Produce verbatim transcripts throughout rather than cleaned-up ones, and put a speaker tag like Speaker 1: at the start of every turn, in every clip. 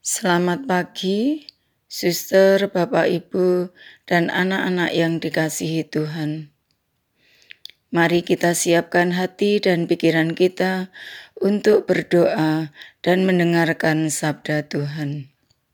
Speaker 1: Selamat pagi, suster, Bapak, Ibu, dan anak-anak yang dikasihi Tuhan. Mari kita siapkan hati dan pikiran kita untuk berdoa dan mendengarkan sabda Tuhan.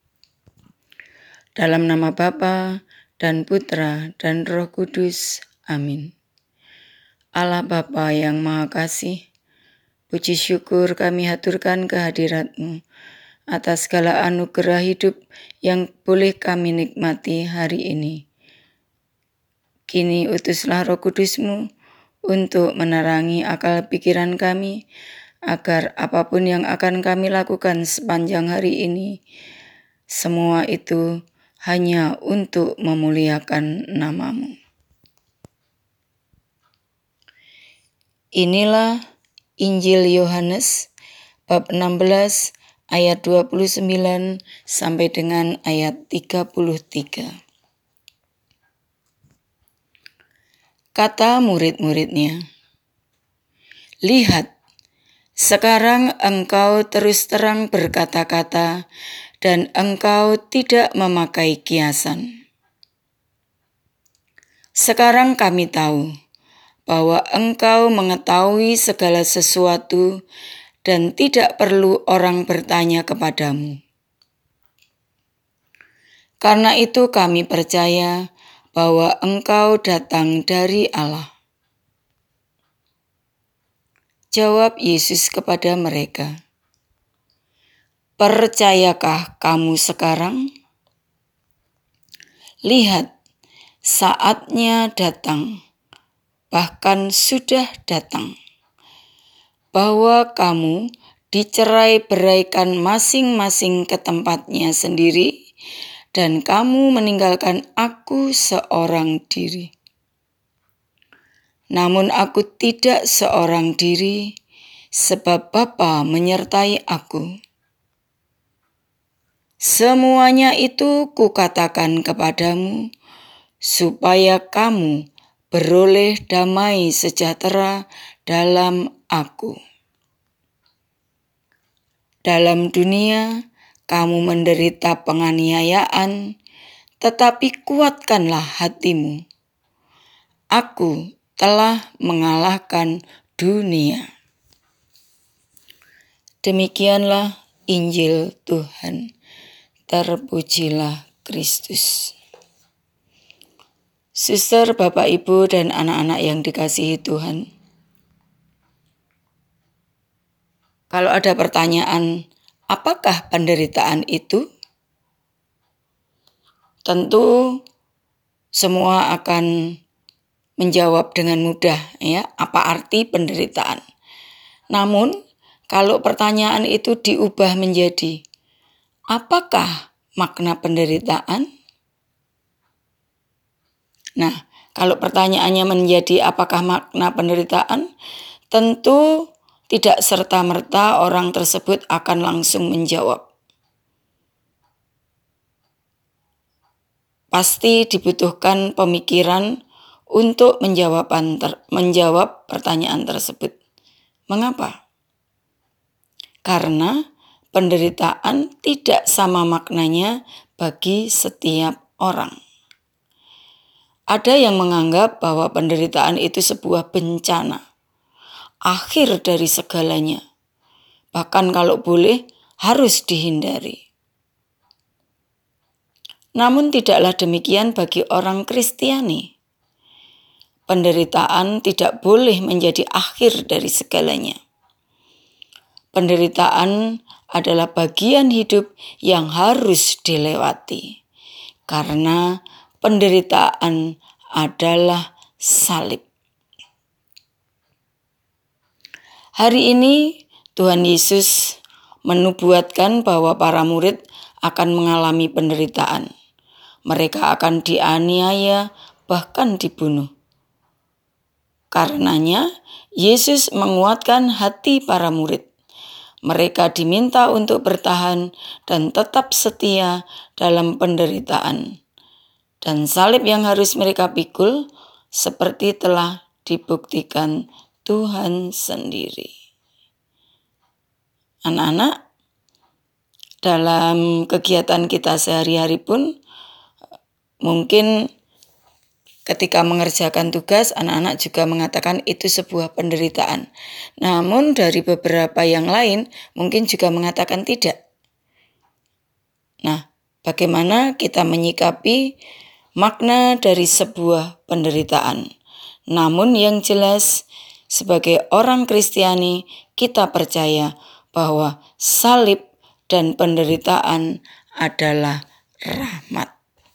Speaker 1: Dalam nama Bapa dan Putra dan Roh Kudus. Amin. Allah Bapa yang Maha Kasih, puji syukur kami haturkan kehadirat-Mu atas segala anugerah hidup yang boleh kami nikmati hari ini. Kini utuslah Roh Kudus-Mu untuk menerangi akal pikiran kami, agar apapun yang akan kami lakukan sepanjang hari ini, semua itu hanya untuk memuliakan nama-Mu. Inilah Injil Yohanes bab enam belas ayat dua puluh sembilan sampai dengan ayat tiga puluh tiga. Kata murid-muridnya, "Lihat, sekarang engkau terus terang berkata-kata dan engkau tidak memakai kiasan. Sekarang kami tahu bahwa engkau mengetahui segala sesuatu dan tidak perlu orang bertanya kepadamu. Karena itu kami percaya bahwa engkau datang dari Allah." Jawab Yesus kepada mereka, "Percayakah kamu sekarang? Lihat, saatnya datang, bahkan sudah datang, bahwa kamu dicerai-beraikan masing-masing ke tempatnya sendiri, dan kamu meninggalkan aku seorang diri. Namun aku tidak seorang diri, sebab Bapa menyertai aku. Semuanya itu kukatakan kepadamu, supaya kamu beroleh damai sejahtera dalam aku. Dalam dunia kamu menderita penganiayaan, tetapi kuatkanlah hatimu. Aku telah mengalahkan dunia." Demikianlah Injil Tuhan. Terpujilah Kristus. Suster, Bapak, Ibu, dan anak-anak yang dikasihi Tuhan. Kalau ada pertanyaan, apakah penderitaan itu? Tentu semua akan menjawab dengan mudah, ya, apa arti penderitaan. Namun, kalau pertanyaan itu diubah menjadi, apakah makna penderitaan? Nah, kalau pertanyaannya menjadi apakah makna penderitaan, tentu tidak serta-merta orang tersebut akan langsung menjawab. Pasti dibutuhkan pemikiran untuk menjawab, ter- menjawab pertanyaan tersebut. Mengapa? Karena penderitaan tidak sama maknanya bagi setiap orang. Ada yang menganggap bahwa penderitaan itu sebuah bencana, akhir dari segalanya. Bahkan kalau boleh, harus dihindari. Namun tidaklah demikian bagi orang Kristiani. Penderitaan tidak boleh menjadi akhir dari segalanya. Penderitaan adalah bagian hidup yang harus dilewati, karena penderitaan adalah salib. Hari ini Tuhan Yesus menubuatkan bahwa para murid akan mengalami penderitaan. Mereka akan dianiaya, bahkan dibunuh. Karenanya, Yesus menguatkan hati para murid. Mereka diminta untuk bertahan dan tetap setia dalam penderitaan. Dan salib yang harus mereka pikul seperti telah dibuktikan Tuhan sendiri. Anak-anak, dalam kegiatan kita sehari-hari pun mungkin ketika mengerjakan tugas, anak-anak juga mengatakan itu sebuah penderitaan. Namun dari beberapa yang lain mungkin juga mengatakan tidak. Nah, bagaimana kita menyikapi makna dari sebuah penderitaan? Namun yang jelas, sebagai orang Kristiani, kita percaya bahwa salib dan penderitaan adalah rahmat.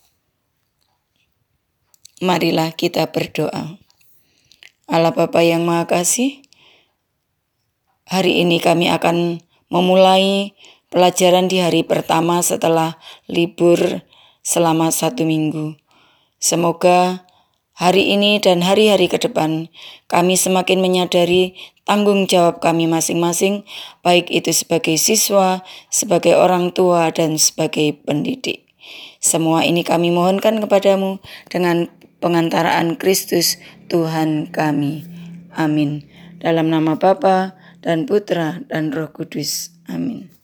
Speaker 1: Marilah kita berdoa. Allah Bapa yang Maha Kasih, hari ini kami akan memulai pelajaran di hari pertama setelah libur selama satu minggu. Semoga hari ini dan hari-hari ke depan kami semakin menyadari tanggung jawab kami masing-masing, baik itu sebagai siswa, sebagai orang tua, dan sebagai pendidik. Semua ini kami mohonkan kepadamu dengan pengantaraan Kristus Tuhan kami. Amin. Dalam nama Bapa dan Putra dan Roh Kudus. Amin.